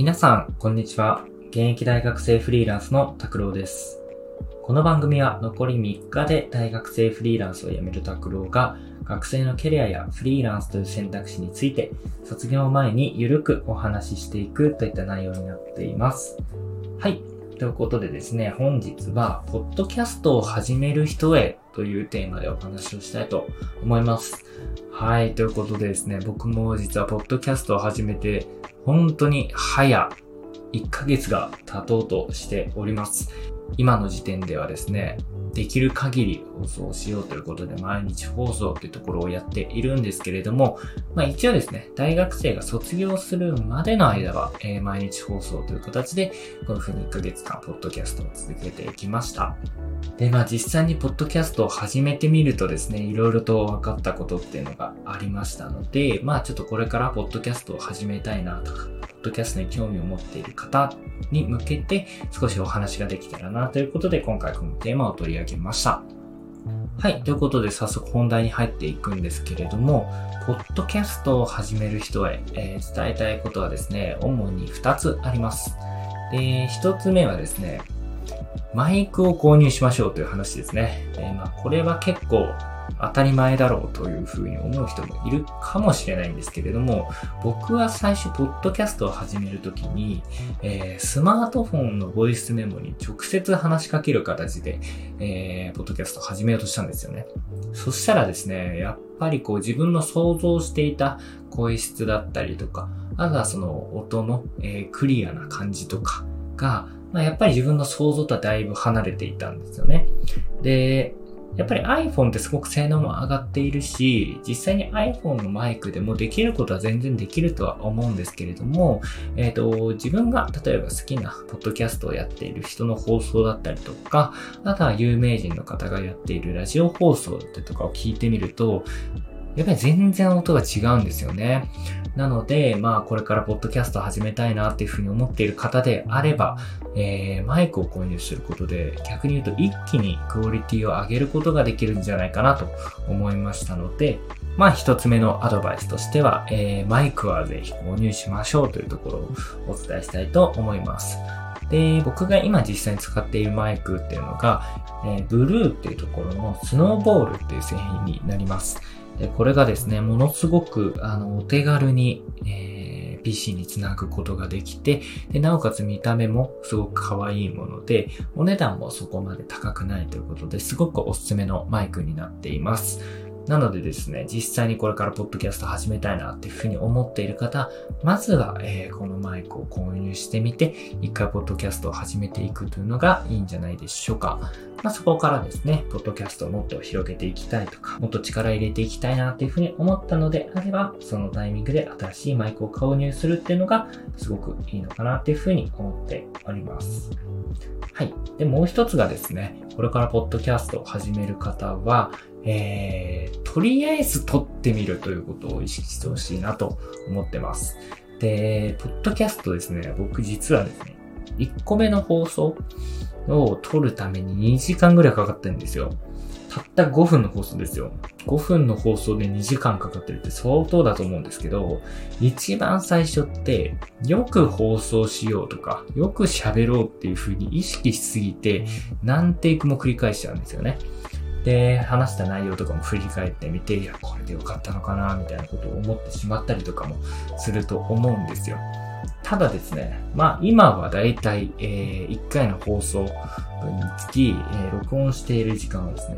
皆さん、こんにちは。現役大学生フリーランスの拓郎です。この番組は残り3日で大学生フリーランスを辞める拓郎が学生のキャリアやフリーランスという選択肢について卒業前にゆるくお話ししていくといった内容になっています。はい。ということでですね、本日はポッドキャストを始める人へというテーマでお話をしたいと思います。はい。ということでですね、僕も実はポッドキャストを始めて本当に早1ヶ月が経とうとしております。今の時点ではですね、できる限り放送をしようということで毎日放送というところをやっているんですけれども、一応ですね、大学生が卒業するまでの間は、毎日放送という形でこういうふうに1ヶ月間ポッドキャストを続けていきました。で、実際にポッドキャストを始めてみるとですね、いろいろと分かったことっていうのがありましたので、ちょっとこれからポッドキャストを始めたいなとか、ポッドキャストに興味を持っている方に向けて少しお話ができたらなということで今回このテーマを取り上げました。はい。ということで早速本題に入っていくんですけれども、ポッドキャストを始める人へ、伝えたいことはですね、主に2つあります。で、1つ目はですね、マイクを購入しましょうという話ですね。これは結構当たり前だろうというふうに思う人もいるかもしれないんですけれども、僕は最初ポッドキャストを始めるときに、スマートフォンのボイスメモに直接話しかける形で、ポッドキャストを始めようとしたんですよね。そしたらですね、やっぱり自分の想像していた声質だったりとか、あとはその音の、クリアな感じとかが、やっぱり自分の想像とはだいぶ離れていたんですよね。で、やっぱり iPhone ってすごく性能も上がっているし、実際に iPhone のマイクでもできることは全然できるとは思うんですけれども、自分が例えば好きなポッドキャストをやっている人の放送だったりとか、あとは有名人の方がやっているラジオ放送だったりとかを聞いてみると、やっぱり全然音が違うんですよね。なので、これからポッドキャストを始めたいなっていうふうに思っている方であれば、マイクを購入することで、逆に言うと一気にクオリティを上げることができるんじゃないかなと思いましたので、一つ目のアドバイスとしては、マイクはぜひ購入しましょうというところをお伝えしたいと思います。で、僕が今実際に使っているマイクっていうのが、ブルーっていうところのスノーボールっていう製品になります。で、これがですね、ものすごくお手軽に、PC につなぐことができて、で、なおかつ見た目もすごく可愛いもので、お値段もそこまで高くないということで、すごくおすすめのマイクになっています。なのでですね、実際にこれからポッドキャスト始めたいなっていうふうに思っている方、まずは、このマイクを購入してみて、一回ポッドキャストを始めていくというのがいいんじゃないでしょうか。そこからですね、ポッドキャストをもっと広げていきたいとか、もっと力入れていきたいなっていうふうに思ったのであれば、そのタイミングで新しいマイクを購入するっていうのがすごくいいのかなっていうふうに思っております。はい。で、もう一つがですね、これからポッドキャストを始める方は、とりあえず撮ってみるということを意識してほしいなと思ってます。で、ポッドキャストですね、僕実はですね、1個目の放送を撮るために2時間ぐらいかかってるんですよ。たった5分の放送ですよ。5分の放送で2時間かかってるって相当だと思うんですけど、一番最初ってよく放送しようとか、よく喋ろうっていう風に意識しすぎて何テイクも繰り返しちゃうんですよね。で、話した内容とかも振り返ってみて、いや、これでよかったのかな、みたいなことを思ってしまったりとかもすると思うんですよ。ただですね、今はだいたい1回の放送につき、録音している時間はですね、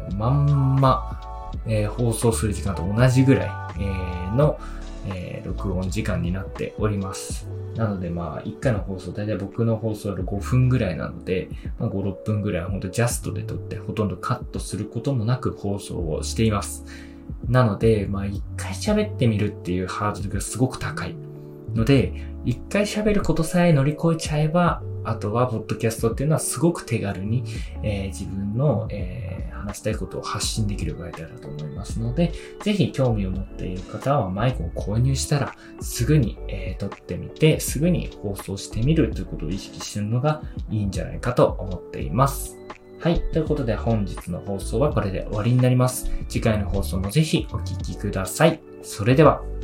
放送する時間と同じぐらい、の、録音時間になっております。なので1回の放送、だいたい僕の放送で5分ぐらいなので、5、6分ぐらいはほんとジャストで撮ってほとんどカットすることもなく放送をしています。なので、一回喋ってみるっていうハードルがすごく高いので、一回喋ることさえ乗り越えちゃえば、あとはポッドキャストっていうのはすごく手軽に、自分の、話したいことを発信できる媒体だと思いますので、ぜひ興味を持っている方はマイクを購入したらすぐに、撮ってみて、すぐに放送してみるということを意識するのがいいんじゃないかと思っています。はい。ということで本日の放送はこれで終わりになります。次回の放送もぜひお聞きください。それでは。